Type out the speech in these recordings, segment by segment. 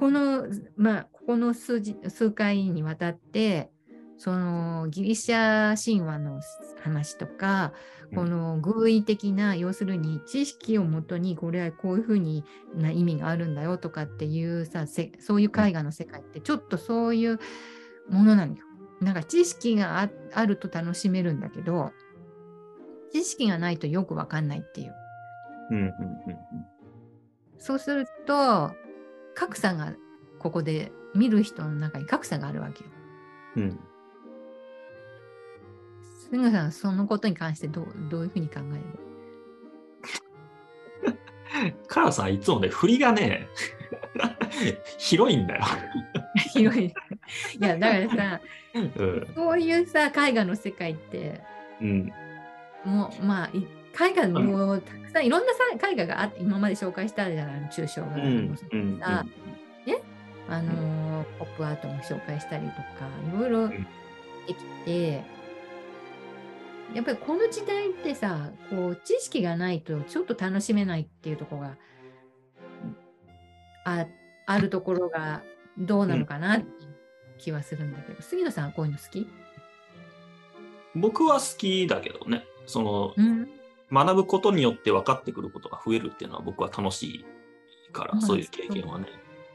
ここの数回にわたってそのギリシャ神話の話とか、この偶意的な、要するに知識をもとにこれはこういうふうな意味があるんだよとかっていうさ、そういう絵画の世界ってちょっとそういうものなのよ。なんか知識があると楽しめるんだけど、知識がないとよくわかんないっていう。そうすると格差が、ここで見る人の中に格差があるわけよ。杉野さん、そのことに関してどういうふうに考える？カラさんいつもね、振りがね広いんだよ。 広い。いやだからさ、そういうさ絵画の世界って、もうまあ絵画もたくさんいろんなさ絵画が今まで紹介したじゃないの、抽象画もさ、ね、ポップアートも紹介したりとかいろいろできて、やっぱりこの時代ってさ、こう知識がないとちょっと楽しめないっていうところがあるところがどうなのかなっていう気はするんだけど、杉野さんはこういうの好き？ 僕は好きだけどね、その、学ぶことによって分かってくることが増えるっていうのは僕は楽しいから、そういう経験はね。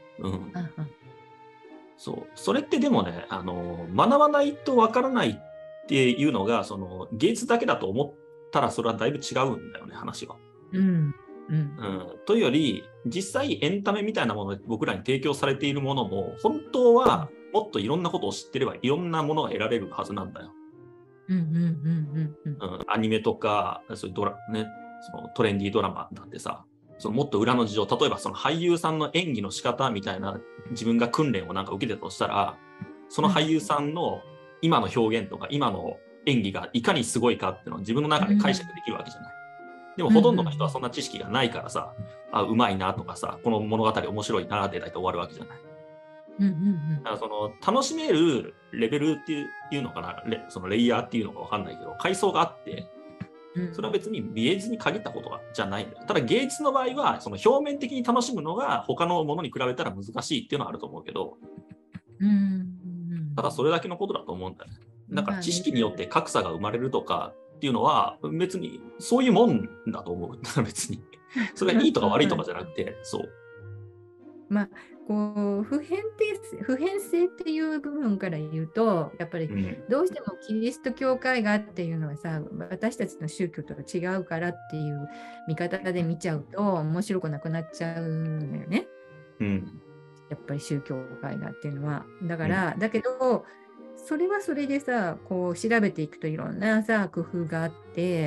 そう。それってでもね、学ばないと分からないっていうのが、その芸術だけだと思ったらそれはだいぶ違うんだよね、話は。というより、実際エンタメみたいなもので僕らに提供されているものも、本当はもっといろんなことを知ってればいろんなものが得られるはずなんだよ。アニメとかそういうそのトレンディードラマなんてさ、そのもっと裏の事情、例えばその俳優さんの演技の仕方みたいな自分が訓練をなんか受けてたとしたら、その俳優さんの今の表現とか今の演技がいかにすごいかっていうのを自分の中で解釈できるわけじゃない。でもほとんどの人はそんな知識がないからさ、うまいなとかさ、この物語面白いなって大体終わるわけじゃない。だからその楽しめるレベルっていうのかな、そのレイヤーっていうのか分かんないけど、階層があって、それは別に芸術に限ったことじゃないんだよ。ただ芸術の場合は、その表面的に楽しむのが他のものに比べたら難しいっていうのはあると思うけど、ただそれだけのことだと思うんだよね。だから知識によって格差が生まれるとかっていうのは別にそういうもんだと思う。別に。それがいいとか悪いとかじゃなくて、そう。 まあ、こう普遍性っていう部分から言うと、やっぱりどうしてもキリスト教会画っていうのはさ、私たちの宗教とは違うからっていう見方で見ちゃうと面白くなくなっちゃうんだよね。やっぱり宗教絵画っていうのは。だから、だけどそれはそれでさ、こう調べていくといろんなさ工夫があって、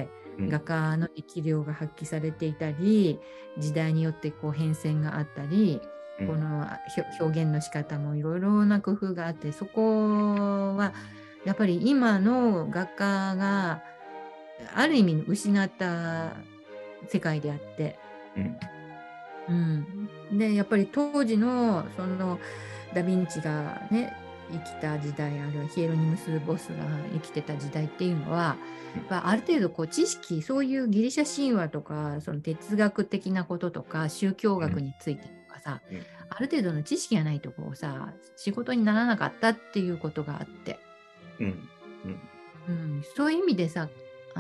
画家の力量が発揮されていたり、時代によってこう変遷があったり、この表現の仕方もいろいろな工夫があって、そこはやっぱり今の画家がある意味失った世界であって、でやっぱり当時のそのダ・ヴィンチがね生きた時代、あるいはヒエロニムス・ボスが生きてた時代っていうのは、ある程度こう知識、そういうギリシャ神話とかその哲学的なこととか宗教学についてとかさ、ある程度の知識がないとこうさ仕事にならなかったっていうことがあって、そういう意味でさ、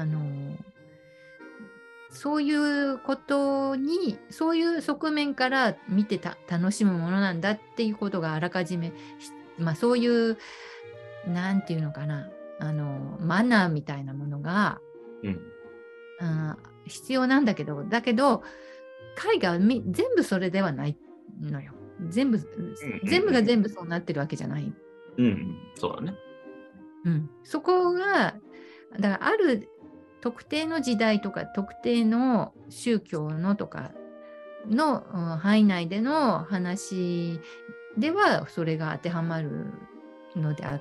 そういうことに、そういう側面から見て楽しむものなんだっていうことがあらかじめ、そういうなんていうのかな、マナーみたいなものが、必要なんだけど、絵画は全部それではないのよ。全部が全部そうなってるわけじゃない。 そうだね。 そこがだからある特定の時代とか特定の宗教のとかの範囲内での話ではそれが当てはまるのであって、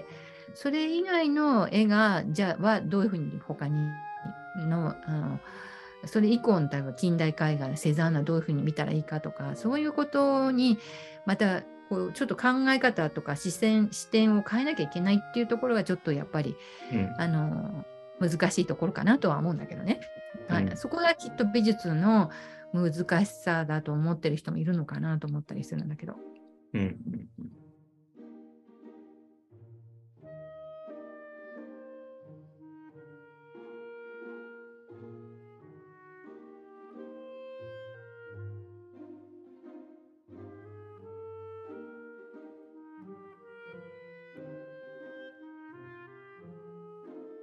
それ以外の絵がじゃあどういうふうに他にのそれ以降の例えば近代絵画セザンナどういうふうに見たらいいかとか、そういうことにまたこうちょっと考え方とか視点を変えなきゃいけないっていうところがちょっとやっぱり、難しいところかなとは思うんだけどね。そこがきっと美術の難しさだと思ってる人もいるのかなと思ったりするんだけど。 うん。